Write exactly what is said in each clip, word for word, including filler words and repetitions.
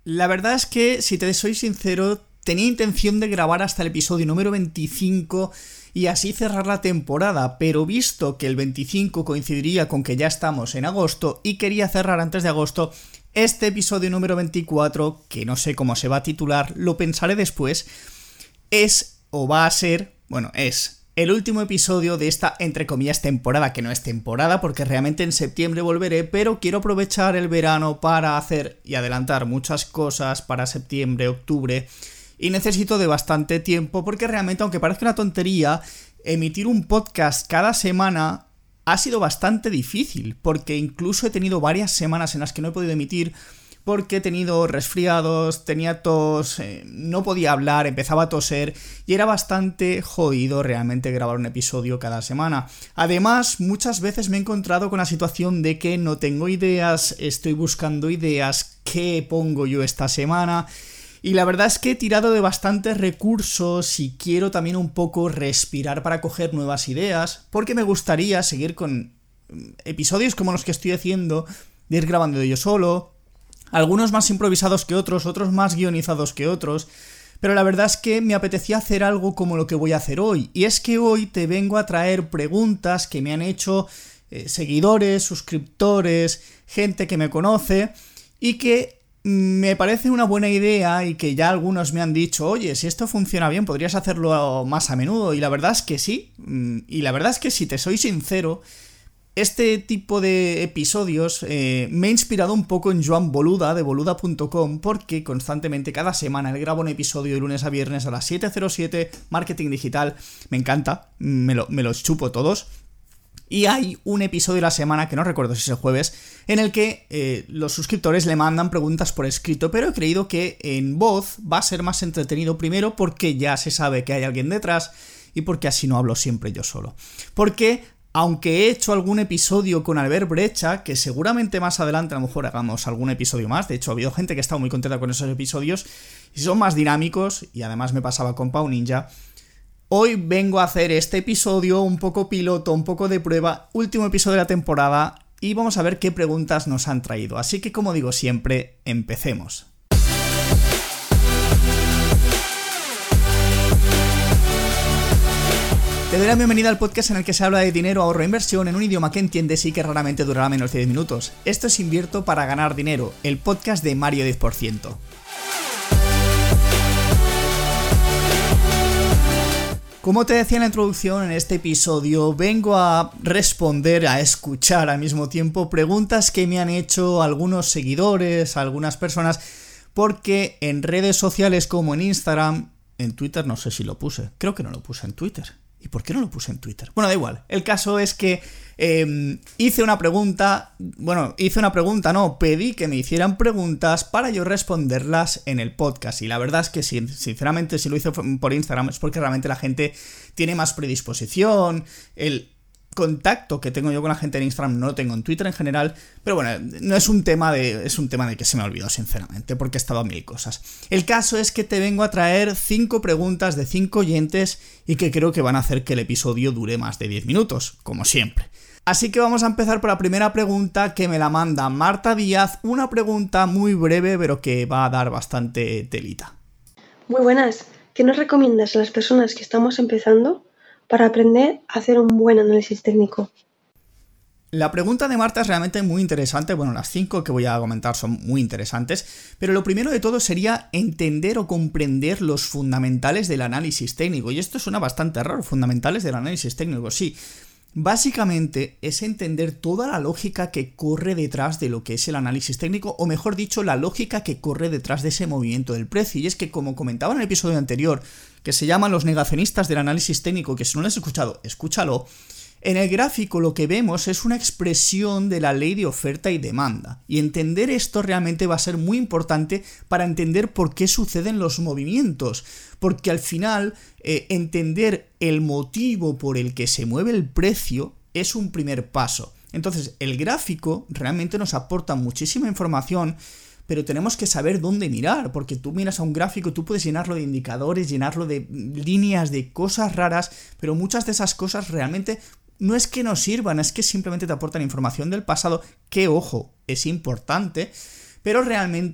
La verdad es que, si te soy sincero, tenía intención de grabar hasta el episodio número veinticinco y así cerrar la temporada, pero visto que el veinticinco coincidiría con que ya estamos en agosto y quería cerrar antes de agosto, este episodio número veinticuatro, que no sé cómo se va a titular, lo pensaré después, es o va a ser, bueno, es el último episodio de esta, entre comillas, temporada, que no es temporada porque realmente en septiembre volveré, pero quiero aprovechar el verano para hacer y adelantar muchas cosas para septiembre, octubre, y necesito de bastante tiempo porque realmente, aunque parezca una tontería, emitir un podcast cada semana ha sido bastante difícil, porque incluso he tenido varias semanas en las que no he podido emitir porque he tenido resfriados, tenía tos, eh, no podía hablar, empezaba a toser y era bastante jodido realmente grabar un episodio cada semana. Además, muchas veces me he encontrado con la situación de que no tengo ideas, estoy buscando ideas, ¿qué pongo yo esta semana? Y la verdad es que he tirado de bastantes recursos y quiero también un poco respirar para coger nuevas ideas, porque me gustaría seguir con episodios como los que estoy haciendo, de ir grabando yo solo, algunos más improvisados que otros, otros más guionizados que otros, pero la verdad es que me apetecía hacer algo como lo que voy a hacer hoy, y es que hoy te vengo a traer preguntas que me han hecho eh, seguidores, suscriptores, gente que me conoce, y que me parece una buena idea y que ya algunos me han dicho, oye, si esto funciona bien, podrías hacerlo más a menudo, y la verdad es que sí, y la verdad es que si te soy sincero, este tipo de episodios eh, me ha inspirado un poco en Joan Boluda, de boluda punto com, porque constantemente, cada semana, él graba un episodio de lunes a viernes a las siete cero siete, marketing digital, me encanta, me, lo, me los chupo todos. Y hay un episodio de la semana, que no recuerdo si es el jueves, en el que eh, los suscriptores le mandan preguntas por escrito, pero he creído que en voz va a ser más entretenido, primero porque ya se sabe que hay alguien detrás y porque así no hablo siempre yo solo. Porque, aunque he hecho algún episodio con Albert Brecha, que seguramente más adelante a lo mejor hagamos algún episodio más, de hecho ha habido gente que ha estado muy contenta con esos episodios, y son más dinámicos, y además me pasaba con Pau Ninja. Hoy vengo a hacer este episodio un poco piloto, un poco de prueba, último episodio de la temporada, y vamos a ver qué preguntas nos han traído. Así que, como digo siempre, empecemos. Te doy la bienvenida al podcast en el que se habla de dinero, ahorro e inversión en un idioma que entiendes y que raramente durará menos de diez minutos. Esto es Invierto para ganar dinero, el podcast de Mario diez por ciento. Como te decía en la introducción, en este episodio vengo a responder, a escuchar al mismo tiempo preguntas que me han hecho algunos seguidores, algunas personas, porque en redes sociales como en Instagram, en Twitter no sé si lo puse, creo que no lo puse en Twitter. ¿Y por qué no lo puse en Twitter? Bueno, da igual. El caso es que eh, hice una pregunta, bueno, hice una pregunta, no, pedí que me hicieran preguntas para yo responderlas en el podcast. Y la verdad es que, sinceramente, si lo hice por Instagram es porque realmente la gente tiene más predisposición, el contacto que tengo yo con la gente en Instagram no lo tengo en Twitter en general, pero bueno, no es un tema de es un tema de que se me olvidó, sinceramente, porque he estado a mil cosas. El caso es que te vengo a traer cinco preguntas de cinco oyentes y que creo que van a hacer que el episodio dure más de diez minutos, como siempre. Así que vamos a empezar por la primera pregunta, que me la manda Marta Díaz, una pregunta muy breve pero que va a dar bastante telita. Muy buenas, ¿qué nos recomiendas a las personas que estamos empezando para aprender a hacer un buen análisis técnico? La pregunta de Marta es realmente muy interesante, bueno, las cinco que voy a comentar son muy interesantes, pero lo primero de todo sería entender o comprender los fundamentales del análisis técnico, y esto suena bastante raro, fundamentales del análisis técnico, sí. Básicamente es entender toda la lógica que corre detrás de lo que es el análisis técnico, o mejor dicho, la lógica que corre detrás de ese movimiento del precio. Y es que, como comentaba en el episodio anterior, que se llaman los negacionistas del análisis técnico, que si no lo has escuchado, escúchalo. En el gráfico lo que vemos es una expresión de la ley de oferta y demanda, y entender esto realmente va a ser muy importante para entender por qué suceden los movimientos, porque al final eh, entender el motivo por el que se mueve el precio es un primer paso. Entonces el gráfico realmente nos aporta muchísima información, pero tenemos que saber dónde mirar, porque tú miras a un gráfico, tú puedes llenarlo de indicadores, llenarlo de líneas, de cosas raras, pero muchas de esas cosas realmente no es que no sirvan, es que simplemente te aportan información del pasado, que, ojo, es importante, pero realmente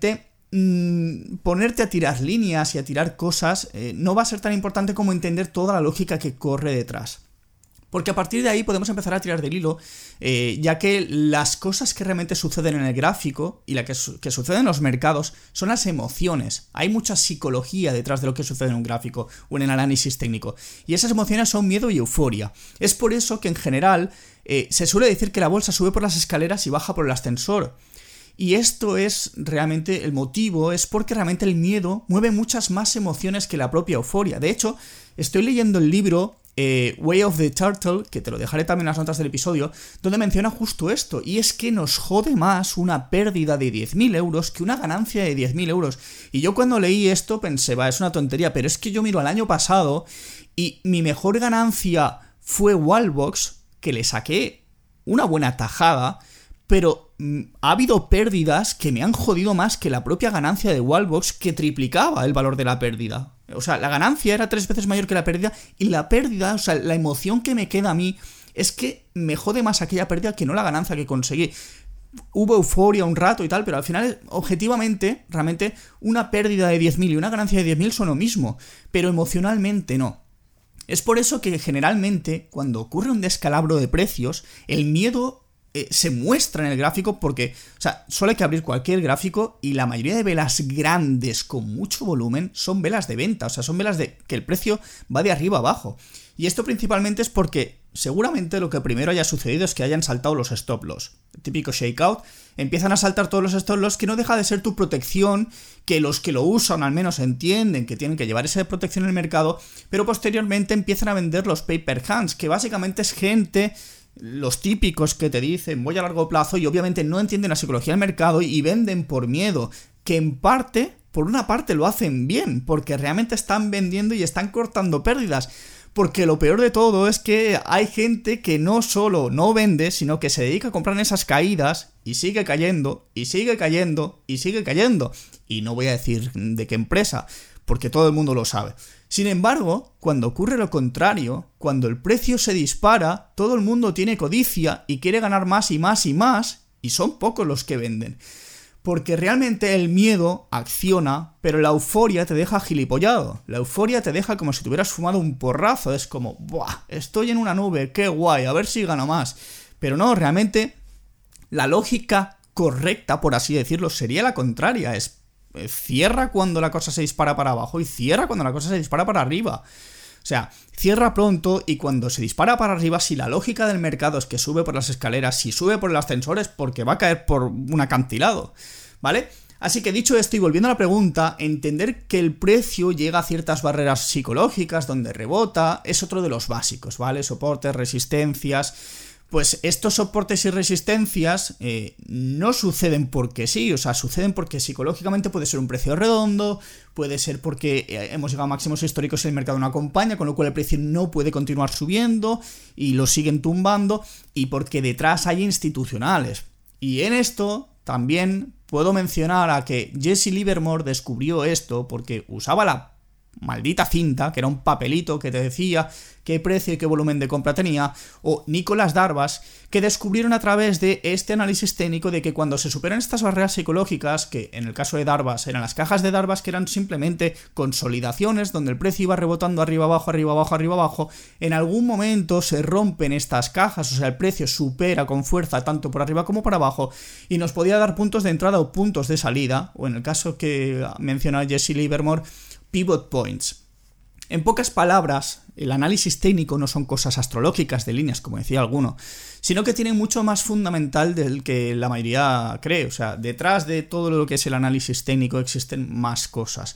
mmm, ponerte a tirar líneas y a tirar cosas eh, no va a ser tan importante como entender toda la lógica que corre detrás. Porque a partir de ahí podemos empezar a tirar del hilo, eh, ya que las cosas que realmente suceden en el gráfico y las que, su- que suceden en los mercados son las emociones. Hay mucha psicología detrás de lo que sucede en un gráfico o en el análisis técnico. Y esas emociones son miedo y euforia. Es por eso que en general eh, se suele decir que la bolsa sube por las escaleras y baja por el ascensor. Y esto es realmente el motivo, es porque realmente el miedo mueve muchas más emociones que la propia euforia. De hecho, estoy leyendo el libro eh, Way of the Turtle, que te lo dejaré también en las notas del episodio, donde menciona justo esto, y es que nos jode más una pérdida de diez mil euros que una ganancia de diez mil euros. Y yo cuando leí esto pensé, va, es una tontería, pero es que yo miro al año pasado y mi mejor ganancia fue Wallbox, que le saqué una buena tajada, pero mm, ha habido pérdidas que me han jodido más que la propia ganancia de Wallbox, que triplicaba el valor de la pérdida. O sea, la ganancia era tres veces mayor que la pérdida, y la pérdida, o sea, la emoción que me queda a mí es que me jode más aquella pérdida que no la ganancia que conseguí. Hubo euforia un rato y tal, pero al final, objetivamente, realmente, una pérdida de diez mil y una ganancia de diez mil son lo mismo, pero emocionalmente no. Es por eso que generalmente, cuando ocurre un descalabro de precios, el miedo Eh, se muestra en el gráfico porque, o sea, solo hay que abrir cualquier gráfico y la mayoría de velas grandes con mucho volumen son velas de venta, o sea, son velas de que el precio va de arriba a abajo. Y esto principalmente es porque seguramente lo que primero haya sucedido es que hayan saltado los stop loss. El típico shakeout, empiezan a saltar todos los stop loss, que no deja de ser tu protección, que los que lo usan al menos entienden que tienen que llevar esa protección en el mercado, pero posteriormente empiezan a vender los paper hands, que básicamente es gente, los típicos que te dicen voy a largo plazo y obviamente no entienden la psicología del mercado y venden por miedo, que en parte, por una parte lo hacen bien, porque realmente están vendiendo y están cortando pérdidas. Porque lo peor de todo es que hay gente que no solo no vende, sino que se dedica a comprar en esas caídas y sigue cayendo, y sigue cayendo, y sigue cayendo. Y no voy a decir de qué empresa, porque todo el mundo lo sabe. Sin embargo, cuando ocurre lo contrario, cuando el precio se dispara, todo el mundo tiene codicia y quiere ganar más y más y más, y son pocos los que venden. Porque realmente el miedo acciona, pero la euforia te deja gilipollado. La euforia te deja como si te hubieras fumado un porrazo. Es como, ¡buah! Estoy en una nube, qué guay, a ver si gano más. Pero no, realmente la lógica correcta, por así decirlo, sería la contraria. Es cierra cuando la cosa se dispara para abajo y cierra cuando la cosa se dispara para arriba. O sea, cierra pronto y cuando se dispara para arriba, si la lógica del mercado es que sube por las escaleras, si sube por el ascensor es porque va a caer por un acantilado, ¿vale? Así que dicho esto y volviendo a la pregunta, entender que el precio llega a ciertas barreras psicológicas donde rebota es otro de los básicos, ¿vale? Soportes, resistencias. Pues estos soportes y resistencias eh, no suceden porque sí, o sea, suceden porque psicológicamente puede ser un precio redondo, puede ser porque eh, hemos llegado a máximos históricos y el mercado no acompaña, con lo cual el precio no puede continuar subiendo y lo siguen tumbando, y porque detrás hay institucionales. Y en esto también puedo mencionar a que Jesse Livermore descubrió esto porque usaba la maldita cinta, que era un papelito que te decía qué precio y qué volumen de compra tenía, o Nicolás Darvas, que descubrieron a través de este análisis técnico de que cuando se superan estas barreras psicológicas, que en el caso de Darvas eran las cajas de Darvas, que eran simplemente consolidaciones donde el precio iba rebotando arriba abajo, arriba abajo, arriba abajo, en algún momento se rompen estas cajas, o sea, el precio supera con fuerza tanto por arriba como por abajo, y nos podía dar puntos de entrada o puntos de salida, o en el caso que menciona Jesse Livermore, pivot points. En pocas palabras, el análisis técnico no son cosas astrológicas de líneas, como decía alguno, sino que tiene mucho más fundamental del que la mayoría cree. O sea, detrás de todo lo que es el análisis técnico existen más cosas.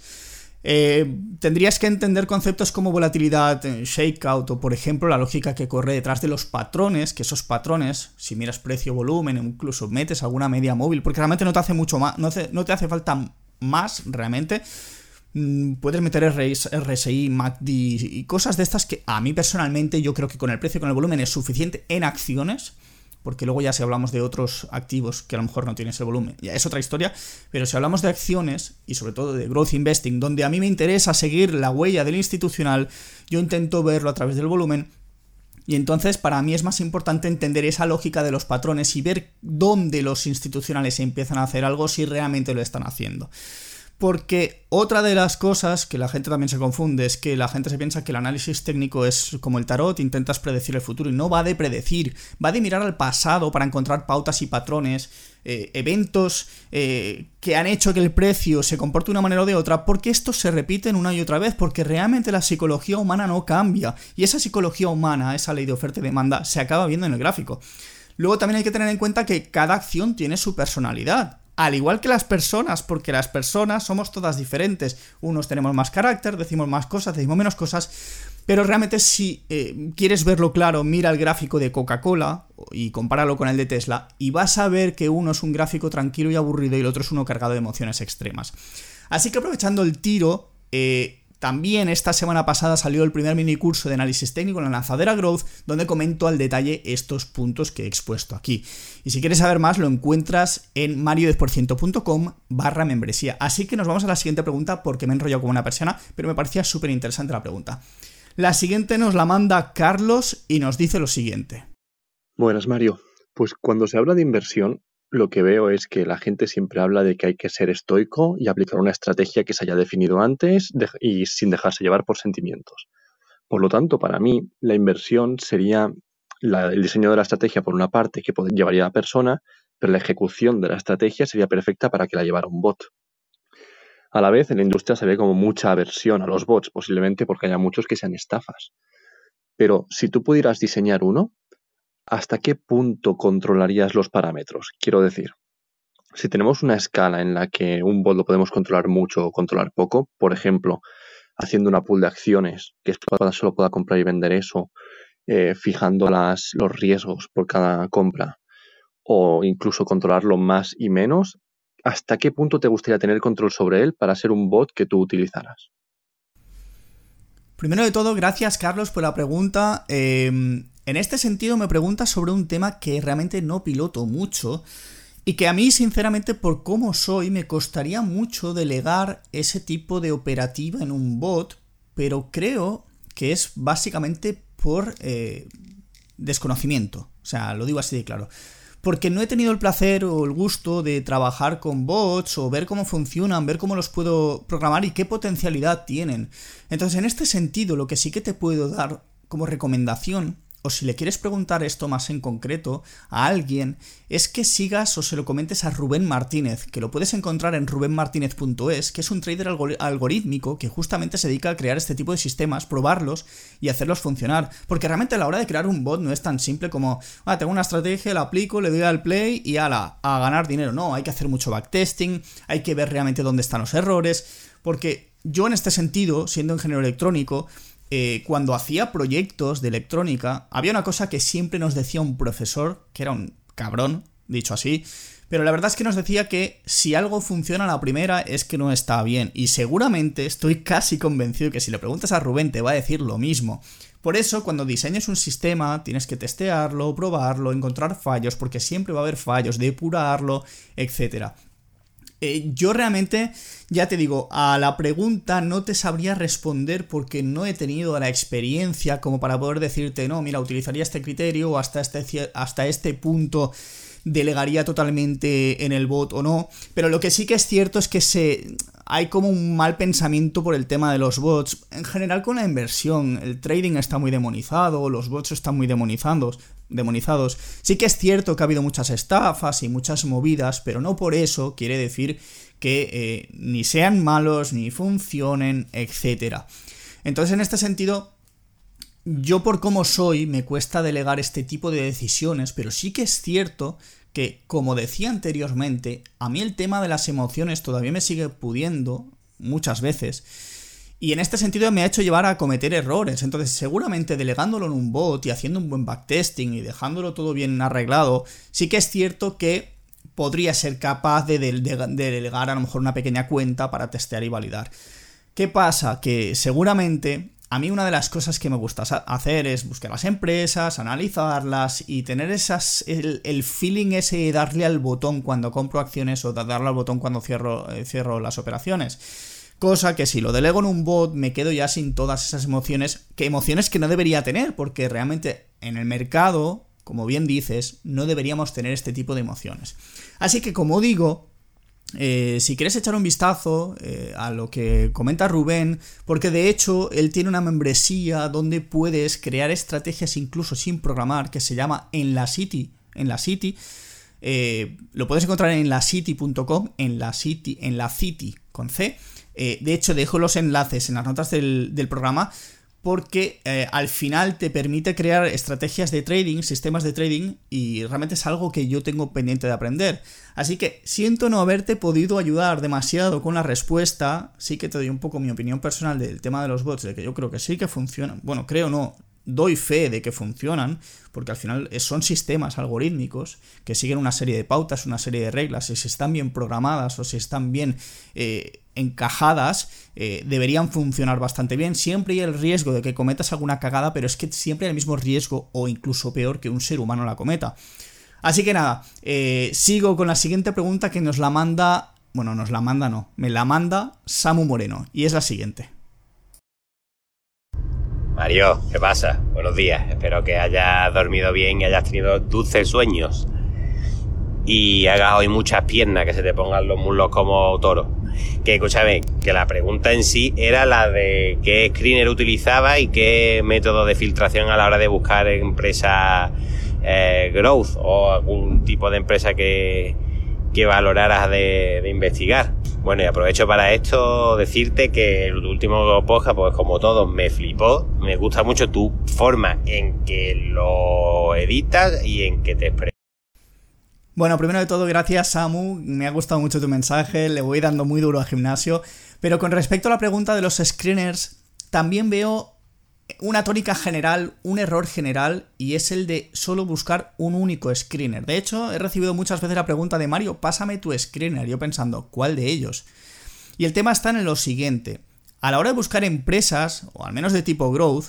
Eh, tendrías que entender conceptos como volatilidad, shakeout o, por ejemplo, la lógica que corre detrás de los patrones, que esos patrones, si miras precio, volumen, incluso metes alguna media móvil, porque realmente no te hace mucho más, no, hace, no te hace falta más realmente. Puedes meter R S I, M A C D y cosas de estas que a mí personalmente yo creo que con el precio y con el volumen es suficiente en acciones, porque luego ya si hablamos de otros activos que a lo mejor no tienen ese volumen, ya es otra historia, pero si hablamos de acciones y sobre todo de growth investing, donde a mí me interesa seguir la huella del institucional, yo intento verlo a través del volumen. Y entonces para mí es más importante entender esa lógica de los patrones y ver dónde los institucionales empiezan a hacer algo si realmente lo están haciendo. Porque otra de las cosas que la gente también se confunde es que la gente se piensa que el análisis técnico es como el tarot, intentas predecir el futuro, y no va de predecir, va de mirar al pasado para encontrar pautas y patrones, eh, eventos eh, que han hecho que el precio se comporte de una manera o de otra, porque estos se repiten una y otra vez, porque realmente la psicología humana no cambia, y esa psicología humana, esa ley de oferta y demanda, se acaba viendo en el gráfico. Luego también hay que tener en cuenta que cada acción tiene su personalidad. Al igual que las personas, porque las personas somos todas diferentes. Unos tenemos más carácter, decimos más cosas, decimos menos cosas, pero realmente si eh, quieres verlo claro, mira el gráfico de Coca-Cola y compáralo con el de Tesla y vas a ver que uno es un gráfico tranquilo y aburrido y el otro es uno cargado de emociones extremas. Así que aprovechando el tiro, eh, también esta semana pasada salió el primer mini curso de análisis técnico en la lanzadera Growth, donde comento al detalle estos puntos que he expuesto aquí. Y si quieres saber más, lo encuentras en mario diez por ciento punto com barra membresía. Así que nos vamos a la siguiente pregunta, porque me he enrollado como una persiana, pero me parecía súper interesante la pregunta. La siguiente nos la manda Carlos y nos dice lo siguiente. Buenas, Mario. Pues cuando se habla de inversión, lo que veo es que la gente siempre habla de que hay que ser estoico y aplicar una estrategia que se haya definido antes de- y sin dejarse llevar por sentimientos. Por lo tanto, para mí, la inversión sería la- el diseño de la estrategia por una parte que pod- llevaría la persona, pero la ejecución de la estrategia sería perfecta para que la llevara un bot. A la vez, en la industria se ve como mucha aversión a los bots, posiblemente porque haya muchos que sean estafas. Pero si tú pudieras diseñar uno, ¿hasta qué punto controlarías los parámetros? Quiero decir, si tenemos una escala en la que un bot lo podemos controlar mucho o controlar poco, por ejemplo, haciendo una pool de acciones que solo pueda comprar y vender eso, eh, fijando las, los riesgos por cada compra, o incluso controlarlo más y menos, ¿hasta qué punto te gustaría tener control sobre él para ser un bot que tú utilizaras? Primero de todo, gracias Carlos por la pregunta. Eh, en este sentido me preguntas sobre un tema que realmente no piloto mucho y que a mí, sinceramente, por cómo soy, me costaría mucho delegar ese tipo de operativa en un bot, pero creo que es básicamente por eh, desconocimiento. O sea, lo digo así de claro. Porque no he tenido el placer o el gusto de trabajar con bots o ver cómo funcionan, ver cómo los puedo programar y qué potencialidad tienen. Entonces, en este sentido, lo que sí que te puedo dar como recomendación, o si le quieres preguntar esto más en concreto a alguien, es que sigas o se lo comentes a Rubén Martínez, que lo puedes encontrar en ruben martinez punto es, que es un trader algor- algorítmico que justamente se dedica a crear este tipo de sistemas, probarlos y hacerlos funcionar. Porque realmente a la hora de crear un bot no es tan simple como, ah, tengo una estrategia, la aplico, le doy al play y ala, a ganar dinero. No, hay que hacer mucho backtesting, hay que ver realmente dónde están los errores, porque yo en este sentido, siendo ingeniero electrónico, Eh, cuando hacía proyectos de electrónica, había una cosa que siempre nos decía un profesor, que era un cabrón, dicho así, pero la verdad es que nos decía que si algo funciona a la primera es que no está bien, y seguramente estoy casi convencido que si le preguntas a Rubén te va a decir lo mismo. Por eso, cuando diseñes un sistema, tienes que testearlo, probarlo, encontrar fallos, porque siempre va a haber fallos, depurarlo, etcétera. Eh, yo realmente, ya te digo, a la pregunta no te sabría responder porque no he tenido la experiencia como para poder decirte, no, mira, utilizaría este criterio o hasta este, hasta este punto delegaría totalmente en el bot o no, pero lo que sí que es cierto es que se hay como un mal pensamiento por el tema de los bots. En general con la inversión, el trading está muy demonizado, los bots están muy demonizados, demonizados. Sí que es cierto que ha habido muchas estafas y muchas movidas, pero no por eso quiere decir que eh, ni sean malos, ni funcionen, etcétera. Entonces, en este sentido, yo por cómo soy me cuesta delegar este tipo de decisiones, pero sí que es cierto que, como decía anteriormente, a mí el tema de las emociones todavía me sigue pudiendo muchas veces, y en este sentido me ha hecho llevar a cometer errores. Entonces seguramente delegándolo en un bot y haciendo un buen backtesting y dejándolo todo bien arreglado, sí que es cierto que podría ser capaz de, de, de delegar a lo mejor una pequeña cuenta para testear y validar. ¿Qué pasa? Que seguramente a mí una de las cosas que me gusta hacer es buscar las empresas, analizarlas y tener esas el, el feeling ese de darle al botón cuando compro acciones o de darle al botón cuando cierro, eh, cierro las operaciones. Cosa que si lo delego en un bot me quedo ya sin todas esas emociones, que emociones que no debería tener, porque realmente en el mercado, como bien dices, no deberíamos tener este tipo de emociones. Así que, como digo, Eh, si quieres echar un vistazo eh, a lo que comenta Rubén, porque de hecho él tiene una membresía donde puedes crear estrategias incluso sin programar, que se llama Enlacity, Enlacity. Eh, lo puedes encontrar en enlacity punto com, Enlacity, Enlacity con C. Eh, de hecho dejo los enlaces en las notas del, del programa, porque eh, al final te permite crear estrategias de trading, sistemas de trading, y realmente es algo que yo tengo pendiente de aprender. Así que siento no haberte podido ayudar demasiado con la respuesta. Sí que te doy un poco mi opinión personal del tema de los bots, de que yo creo que sí que funcionan. Bueno, creo no, doy fe de que funcionan, porque al final son sistemas algorítmicos que siguen una serie de pautas, una serie de reglas, y si están bien programadas o si están bien eh, encajadas, eh, deberían funcionar bastante bien. Siempre hay el riesgo de que cometas alguna cagada, pero es que siempre hay el mismo riesgo, o incluso peor, que un ser humano la cometa. Así que nada, eh, sigo con la siguiente pregunta, que nos la manda, bueno, nos la manda no, me la manda Samu Moreno, y es la siguiente. Mario, ¿qué pasa? Buenos días, espero que hayas dormido bien y hayas tenido dulces sueños y hagas hoy muchas piernas, que se te pongan los muslos como toro. Que escúchame, que la pregunta en sí era la de qué screener utilizaba y qué método de filtración a la hora de buscar empresas eh, growth o algún tipo de empresa que, que valoraras de, de investigar. Bueno, y aprovecho para esto decirte que el último podcast, pues como todo, me flipó. Me gusta mucho tu forma en que lo editas y en que te expresas. Bueno, primero de todo, gracias Samu, me ha gustado mucho tu mensaje, le voy dando muy duro al gimnasio, pero con respecto a la pregunta de los screeners, también veo una tónica general, un error general, y es el de solo buscar un único screener. De hecho, he recibido muchas veces la pregunta de Mario, pásame tu screener, yo pensando, ¿cuál de ellos? Y el tema está en lo siguiente, a la hora de buscar empresas, o al menos de tipo growth,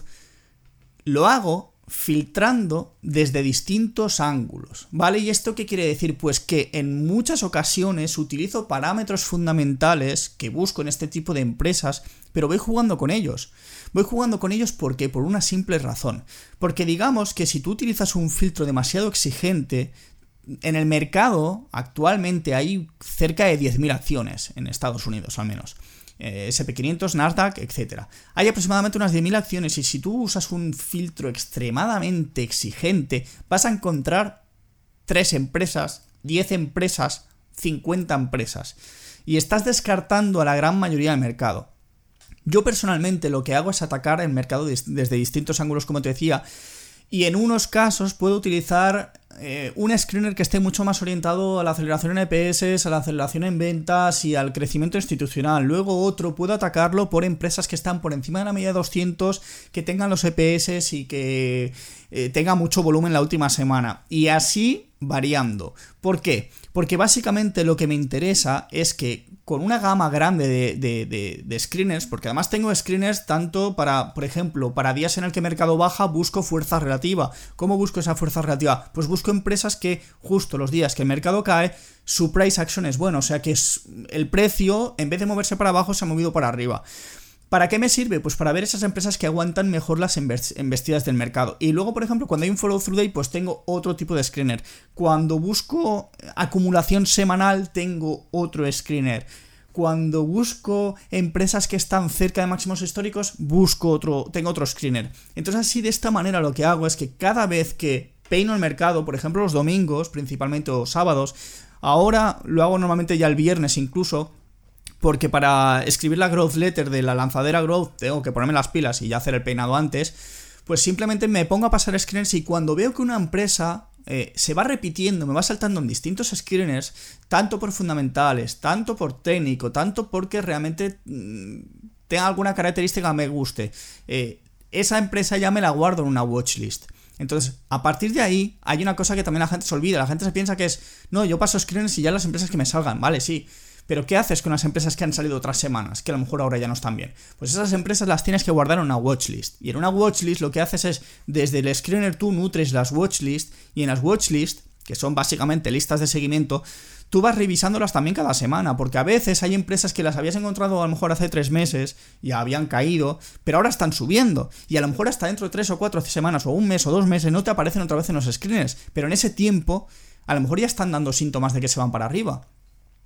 lo hago filtrando desde distintos ángulos, ¿vale? ¿Y esto qué quiere decir? Pues que en muchas ocasiones utilizo parámetros fundamentales que busco en este tipo de empresas, pero voy jugando con ellos. Voy jugando con ellos ¿por qué? Por una simple razón. Porque digamos que si tú utilizas un filtro demasiado exigente, en el mercado actualmente hay cerca de diez mil acciones, en Estados Unidos al menos. Eh, ese and pe quinientos, Nasdaq, etcétera. Hay aproximadamente unas diez mil acciones y si tú usas un filtro extremadamente exigente, vas a encontrar tres empresas, diez empresas, cincuenta empresas. Y estás descartando a la gran mayoría del mercado. Yo personalmente lo que hago es atacar el mercado desde distintos ángulos, como te decía, y en unos casos puedo utilizar eh, un screener que esté mucho más orientado a la aceleración en E P S, a la aceleración en ventas y al crecimiento institucional. Luego otro puedo atacarlo por empresas que están por encima de la media de doscientos, que tengan los E P S y que eh, tengan mucho volumen la última semana. Y así variando. ¿Por qué? Porque básicamente lo que me interesa es que con una gama grande de, de, de, de screeners, porque además tengo screeners tanto para, por ejemplo, para días en el que el mercado baja busco fuerza relativa. ¿Cómo busco esa fuerza relativa? Pues busco empresas que justo los días que el mercado cae, su price action es bueno, o sea que es, el precio en vez de moverse para abajo se ha movido para arriba. ¿Para qué me sirve? Pues para ver esas empresas que aguantan mejor las embestidas del mercado. Y luego, por ejemplo, cuando hay un follow through day, pues tengo otro tipo de screener. Cuando busco acumulación semanal, tengo otro screener. Cuando busco empresas que están cerca de máximos históricos, busco otro, tengo otro screener. Entonces así, de esta manera, lo que hago es que cada vez que peino el mercado, por ejemplo los domingos, principalmente o sábados, ahora lo hago normalmente ya el viernes incluso, porque para escribir la growth letter de la lanzadera growth tengo que ponerme las pilas y ya hacer el peinado antes, pues simplemente me pongo a pasar screeners y cuando veo que una empresa eh, se va repitiendo, me va saltando en distintos screeners, tanto por fundamentales, tanto por técnico, tanto porque realmente mmm, tenga alguna característica que me guste, eh, esa empresa ya me la guardo en una watchlist. Entonces, a partir de ahí, hay una cosa que también la gente se olvida, la gente se piensa que es, no, yo paso screeners y ya las empresas que me salgan, vale, sí. Pero ¿qué haces con las empresas que han salido otras semanas, que a lo mejor ahora ya no están bien? Pues esas empresas las tienes que guardar en una watchlist. Y en una watchlist lo que haces es, desde el screener tú nutres las watchlist, y en las watchlist, que son básicamente listas de seguimiento, tú vas revisándolas también cada semana, porque a veces hay empresas que las habías encontrado a lo mejor hace tres meses, y habían caído, pero ahora están subiendo, y a lo mejor hasta dentro de tres o cuatro semanas, o un mes o dos meses, no te aparecen otra vez en los screeners, pero en ese tiempo, a lo mejor ya están dando síntomas de que se van para arriba.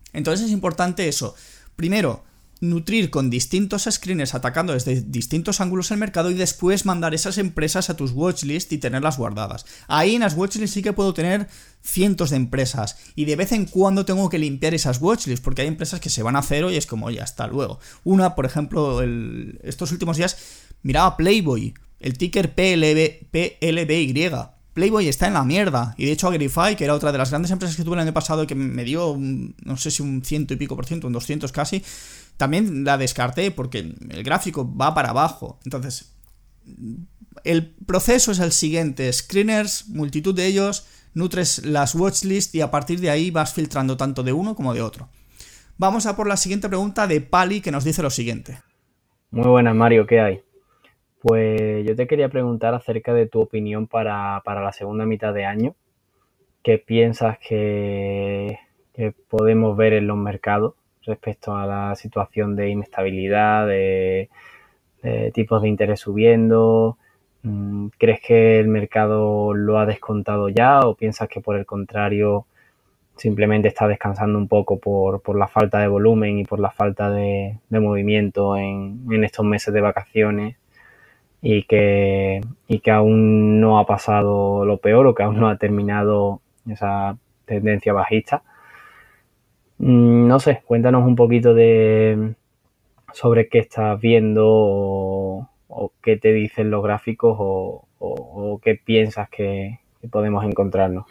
Entonces es importante eso. Primero, nutrir con distintos screeners atacando desde distintos ángulos el mercado y después mandar esas empresas a tus watchlist y tenerlas guardadas. Ahí en las watchlist sí que puedo tener cientos de empresas y de vez en cuando tengo que limpiar esas watchlist porque hay empresas que se van a cero y es como ya hasta luego. Una, por ejemplo, el, estos últimos días miraba Playboy, el ticker P L B Y. Playboy está en la mierda y de hecho Agrify, que era otra de las grandes empresas que tuve el año pasado y que me dio un, no sé si un ciento y pico por ciento, un doscientos casi, también la descarté porque el gráfico va para abajo. Entonces el proceso es el siguiente: screeners, multitud de ellos, nutres las watchlist y a partir de ahí vas filtrando tanto de uno como de otro. Vamos a por la siguiente pregunta de Pali, que nos dice lo siguiente. Muy buenas, Mario, ¿qué hay? Pues yo te quería preguntar acerca de tu opinión para, para la segunda mitad de año. ¿Qué piensas que, que podemos ver en los mercados respecto a la situación de inestabilidad, de, de tipos de interés subiendo? ¿Crees que el mercado lo ha descontado ya o piensas que por el contrario simplemente está descansando un poco por, por la falta de volumen y por la falta de, de movimiento en, en estos meses de vacaciones? Y que, y que aún no ha pasado lo peor o que aún no ha terminado esa tendencia bajista. No sé, cuéntanos un poquito de sobre qué estás viendo o, o qué te dicen los gráficos o, o, o qué piensas que, que podemos encontrarnos.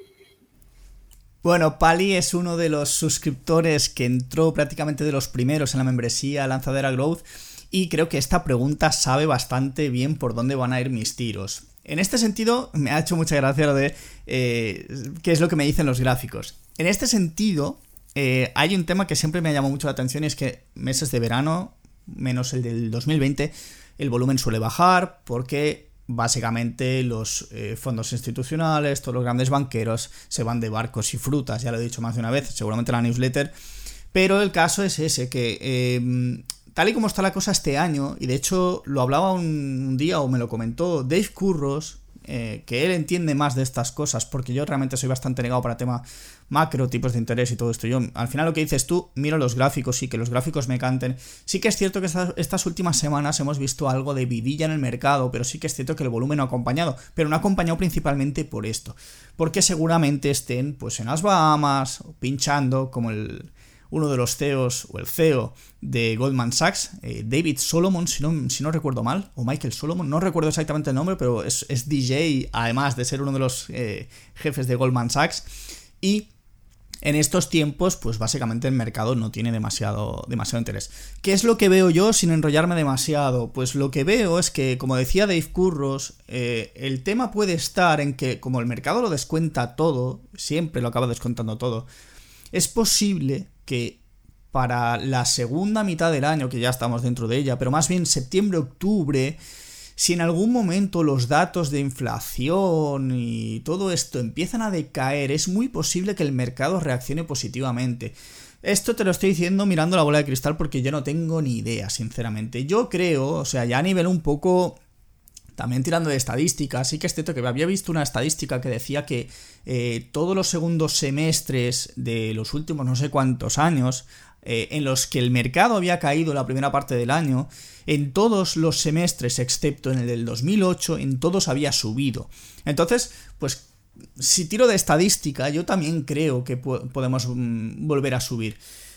Bueno, Pali es uno de los suscriptores que entró prácticamente de los primeros en la membresía Lanzadera Growth. Y creo que esta pregunta sabe bastante bien por dónde van a ir mis tiros. En este sentido, me ha hecho mucha gracia lo de eh, qué es lo que me dicen los gráficos. En este sentido, eh, hay un tema que siempre me ha llamado mucho la atención y es que meses de verano, menos el del dos mil veinte, el volumen suele bajar porque básicamente los eh, fondos institucionales, todos los grandes banqueros se van de barcos y frutas, ya lo he dicho más de una vez, seguramente en la newsletter, pero el caso es ese, que... Eh, tal y como está la cosa este año, y de hecho lo hablaba un día o me lo comentó Dave Curros, eh, que él entiende más de estas cosas, porque yo realmente soy bastante negado para tema macro, tipos de interés y todo esto. Yo, al final lo que dices tú, miro los gráficos y que los gráficos me canten. Sí que es cierto que estas, estas últimas semanas hemos visto algo de vidilla en el mercado, pero sí que es cierto que el volumen no ha acompañado, pero no ha acompañado principalmente por esto, porque seguramente estén pues en las Bahamas, pinchando como el... uno de los C E Os, o el C E O de Goldman Sachs, eh, David Solomon, si no, si no recuerdo mal, o Michael Solomon, no recuerdo exactamente el nombre, pero es, es D J, además de ser uno de los eh, jefes de Goldman Sachs, y en estos tiempos, pues básicamente el mercado no tiene demasiado, demasiado interés. ¿Qué es lo que veo yo sin enrollarme demasiado? Pues lo que veo es que, como decía Dave Curros, eh, el tema puede estar en que, como el mercado lo descuenta todo, siempre lo acaba descontando todo, es posible que para la segunda mitad del año, que ya estamos dentro de ella, pero más bien septiembre-octubre, si en algún momento los datos de inflación y todo esto empiezan a decaer, es muy posible que el mercado reaccione positivamente. Esto te lo estoy diciendo mirando la bola de cristal porque yo no tengo ni idea, sinceramente. Yo creo, o sea, ya a nivel un poco... También tirando de estadísticas, sí que es cierto que había visto una estadística que decía que eh, todos los segundos semestres de los últimos no sé cuántos años, eh, en los que el mercado había caído la primera parte del año, en todos los semestres, excepto en el del dos mil ocho, en todos había subido. Entonces, pues, si tiro de estadística, yo también creo que po- podemos mm, volver a subir.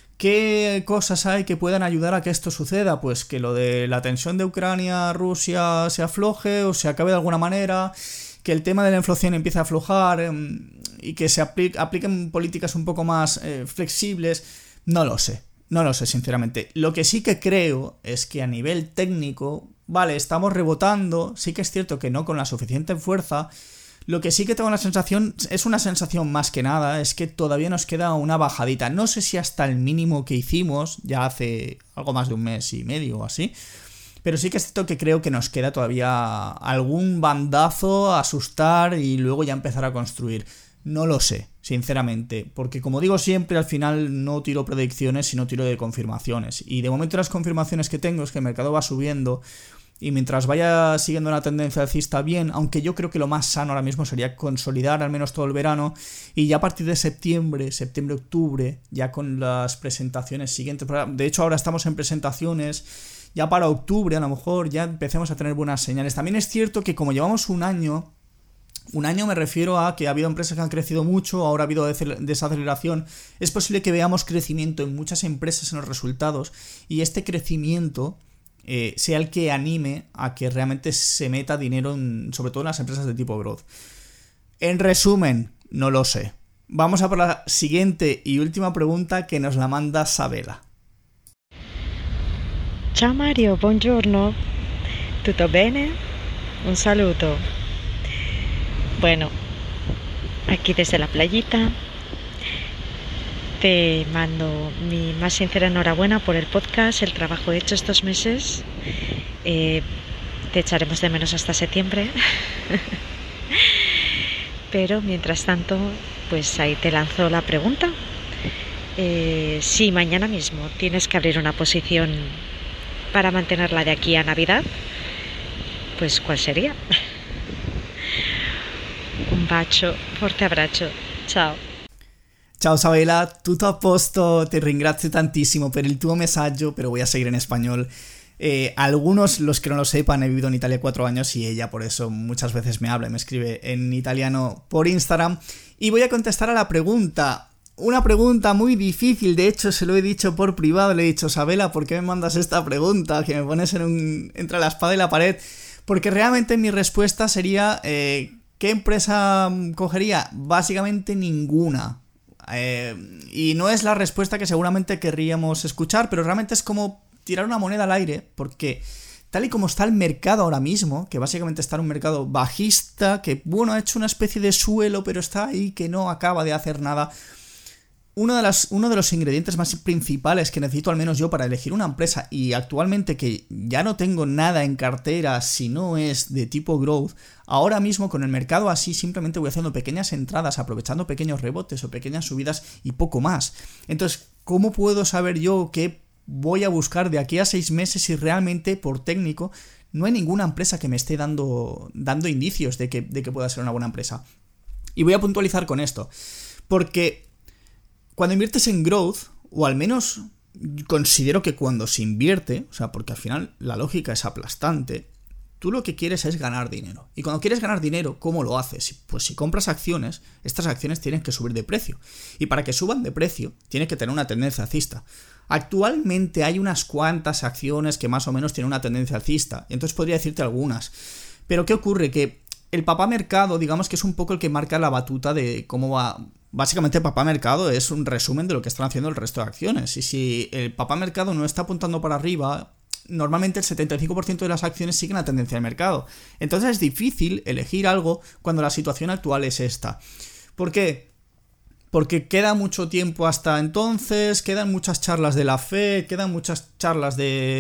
¿Qué cosas hay que puedan ayudar a que esto suceda? Pues que lo de la tensión de Ucrania-Rusia se afloje o se acabe de alguna manera, que el tema de la inflación empiece a aflojar eh, y que se apli- apliquen políticas un poco más eh, flexibles. No lo sé, no lo sé sinceramente. Lo que sí que creo es que a nivel técnico, vale, estamos rebotando, sí que es cierto que no con la suficiente fuerza. Lo que sí que tengo la sensación, es una sensación más que nada, es que todavía nos queda una bajadita. No sé si hasta el mínimo que hicimos, ya hace algo más de un mes y medio o así, pero sí que es cierto que creo que nos queda todavía algún bandazo a asustar y luego ya empezar a construir. No lo sé, sinceramente, porque como digo siempre, al final no tiro predicciones, sino tiro de confirmaciones. Y de momento las confirmaciones que tengo es que el mercado va subiendo y mientras vaya siguiendo una tendencia alcista bien, aunque yo creo que lo más sano ahora mismo sería consolidar al menos todo el verano y ya a partir de septiembre, septiembre-octubre, ya con las presentaciones siguientes. De hecho ahora estamos en presentaciones, ya para octubre a lo mejor ya empecemos a tener buenas señales. También es cierto que como llevamos un año, un año me refiero a que ha habido empresas que han crecido mucho, ahora ha habido desaceleración, es posible que veamos crecimiento en muchas empresas en los resultados y este crecimiento Eh, sea el que anime a que realmente se meta dinero en, sobre todo en las empresas de tipo growth. En resumen, no lo sé. Vamos a por la siguiente y última pregunta que nos la manda Sabela. Ciao Mario, buongiorno. Tutto bene? Un saludo. Bueno, aquí desde la playita te mando mi más sincera enhorabuena por el podcast, el trabajo hecho estos meses. Eh, te echaremos de menos hasta septiembre. Pero mientras tanto, pues ahí te lanzo la pregunta. Eh, si mañana mismo tienes que abrir una posición para mantenerla de aquí a Navidad, pues ¿cuál sería? Un bacio, forte abbraccio. Ciao. Ciao Sabela, tutto a posto, ti ringrazio tantissimo per il tuo messaggio, pero voy a seguir en español. Eh, algunos, los que no lo sepan, he vivido en Italia cuatro años y ella por eso muchas veces me habla y me escribe en italiano por Instagram. Y voy a contestar a la pregunta, una pregunta muy difícil, de hecho se lo he dicho por privado, le he dicho, Sabela, ¿por qué me mandas esta pregunta? Que me pones en un, entre la espada y la pared, porque realmente mi respuesta sería, eh, ¿qué empresa cogería? Básicamente ninguna. Eh, y no es la respuesta que seguramente querríamos escuchar, pero realmente es como tirar una moneda al aire, porque tal y como está el mercado ahora mismo, que básicamente está en un mercado bajista, que bueno, ha hecho una especie de suelo, pero está ahí, que no acaba de hacer nada. Uno de, las, uno de los ingredientes más principales que necesito al menos yo para elegir una empresa, y actualmente que ya no tengo nada en cartera si no es de tipo growth, ahora mismo con el mercado así simplemente voy haciendo pequeñas entradas, aprovechando pequeños rebotes o pequeñas subidas y poco más. Entonces, ¿cómo puedo saber yo qué voy a buscar de aquí a seis meses si realmente por técnico no hay ninguna empresa que me esté dando, dando indicios de que, de que pueda ser una buena empresa? Y voy a puntualizar con esto, porque cuando inviertes en growth, o al menos considero que cuando se invierte, o sea, porque al final la lógica es aplastante, tú lo que quieres es ganar dinero. Y cuando quieres ganar dinero, ¿cómo lo haces? Pues si compras acciones, estas acciones tienen que subir de precio. Y para que suban de precio, tiene que tener una tendencia alcista. Actualmente hay unas cuantas acciones que más o menos tienen una tendencia alcista, y entonces podría decirte algunas. Pero ¿qué ocurre? Que el papá mercado, digamos que es un poco el que marca la batuta de cómo va. Básicamente el papá mercado es un resumen de lo que están haciendo el resto de acciones. Y si el papá mercado no está apuntando para arriba, normalmente el setenta y cinco por ciento de las acciones siguen la tendencia del mercado. Entonces es difícil elegir algo cuando la situación actual es esta. ¿Por qué? Porque queda mucho tiempo hasta entonces, quedan muchas charlas de la Fed, quedan muchas charlas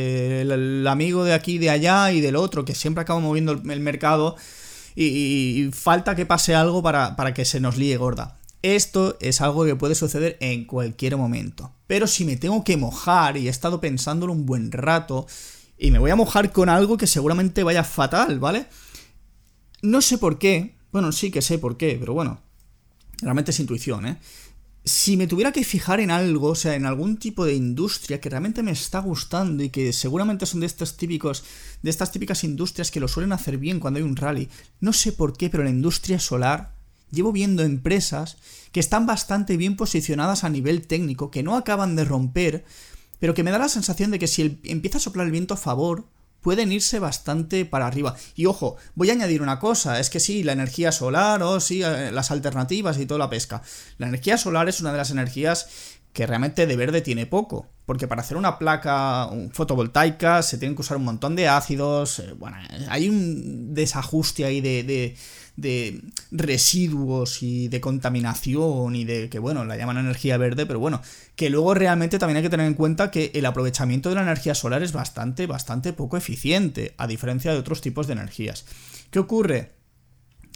del amigo de aquí, de allá y del otro, que siempre acaba moviendo el mercado, y, y falta que pase algo para, para que se nos líe gorda. Esto es algo que puede suceder en cualquier momento. Pero si me tengo que mojar, y he estado pensándolo un buen rato, y me voy a mojar con algo que seguramente vaya fatal, ¿vale? No sé por qué, bueno, sí que sé por qué, pero bueno, realmente es intuición, ¿eh? Si me tuviera que fijar en algo, o sea, en algún tipo de industria que realmente me está gustando y que seguramente son de estos típicos, de estas típicas industrias que lo suelen hacer bien cuando hay un rally, no sé por qué, pero la industria solar, llevo viendo empresas que están bastante bien posicionadas a nivel técnico, que no acaban de romper, pero que me da la sensación de que si el, empieza a soplar el viento a favor, pueden irse bastante para arriba. Y ojo, voy a añadir una cosa, es que sí, la energía solar, o oh, sí, las alternativas y toda la pesca. La energía solar es una de las energías que realmente de verde tiene poco, porque para hacer una placa fotovoltaica se tienen que usar un montón de ácidos, eh, bueno, hay un desajuste ahí de, de, de residuos y de contaminación y de que, bueno, la llaman energía verde, pero bueno, que luego realmente también hay que tener en cuenta que el aprovechamiento de la energía solar es bastante, bastante poco eficiente, a diferencia de otros tipos de energías. ¿Qué ocurre?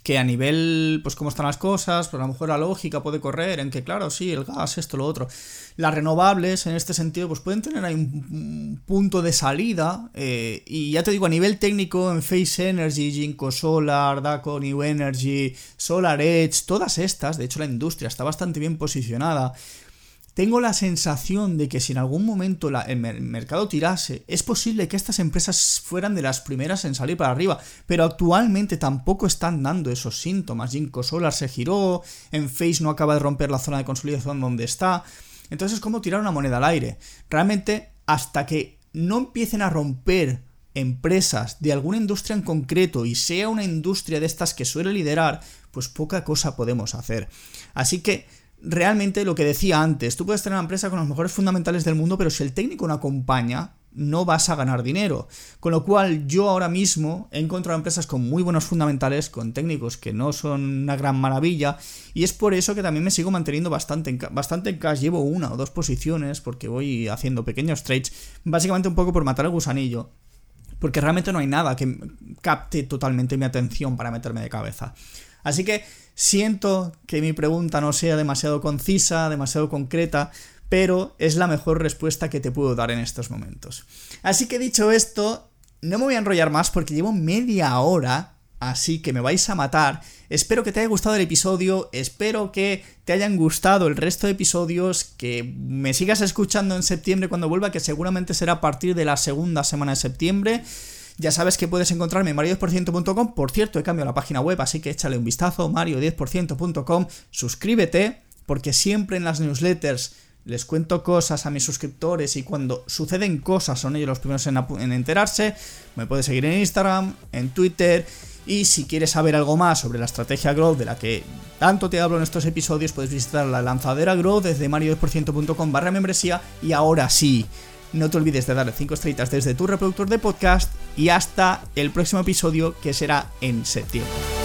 que a nivel, pues cómo están las cosas, pues a lo mejor la lógica puede correr en que, claro, sí, el gas, esto, lo otro. Las renovables, en este sentido, pues pueden tener ahí un, un punto de salida, eh, y ya te digo, a nivel técnico, en Phase Energy, Jinko Solar, Daqo New Energy, Solar Edge, todas estas, de hecho la industria está bastante bien posicionada. Tengo la sensación de que si en algún momento la, el mercado tirase, es posible que estas empresas fueran de las primeras en salir para arriba, pero actualmente tampoco están dando esos síntomas. Jinko Solar se giró, Enphase no acaba de romper la zona de consolidación donde está, entonces es como tirar una moneda al aire. Realmente, hasta que no empiecen a romper empresas de alguna industria en concreto y sea una industria de estas que suele liderar, pues poca cosa podemos hacer. Así que realmente lo que decía antes, tú puedes tener una empresa con los mejores fundamentales del mundo, pero si el técnico no acompaña, no vas a ganar dinero. Con lo cual yo ahora mismo he encontrado empresas con muy buenos fundamentales, con técnicos que no son una gran maravilla, y es por eso que también me sigo manteniendo bastante en, bastante en cash. Llevo una o dos posiciones porque voy haciendo pequeños trades, básicamente un poco por matar el gusanillo, porque realmente no hay nada que capte totalmente mi atención para meterme de cabeza. Así que siento que mi pregunta no sea demasiado concisa, demasiado concreta, pero es la mejor respuesta que te puedo dar en estos momentos. Así que dicho esto, no me voy a enrollar más porque llevo media hora, así que me vais a matar. Espero que te haya gustado el episodio, espero que te hayan gustado el resto de episodios, que me sigas escuchando en septiembre cuando vuelva, que seguramente será a partir de la segunda semana de septiembre. Ya sabes que puedes encontrarme en mario diez por ciento punto com. Por cierto, he cambiado la página web, así que échale un vistazo, mario diez por ciento punto com. Suscríbete, porque siempre en las newsletters les cuento cosas a mis suscriptores y cuando suceden cosas son ellos los primeros en, en enterarse. Me puedes seguir en Instagram, en Twitter, y si quieres saber algo más sobre la estrategia Growth de la que tanto te hablo en estos episodios, puedes visitar la lanzadera Growth desde mario diez por ciento punto com barra membresía. Y ahora sí, no te olvides de darle cinco estrellitas desde tu reproductor de podcast y hasta el próximo episodio, que será en septiembre.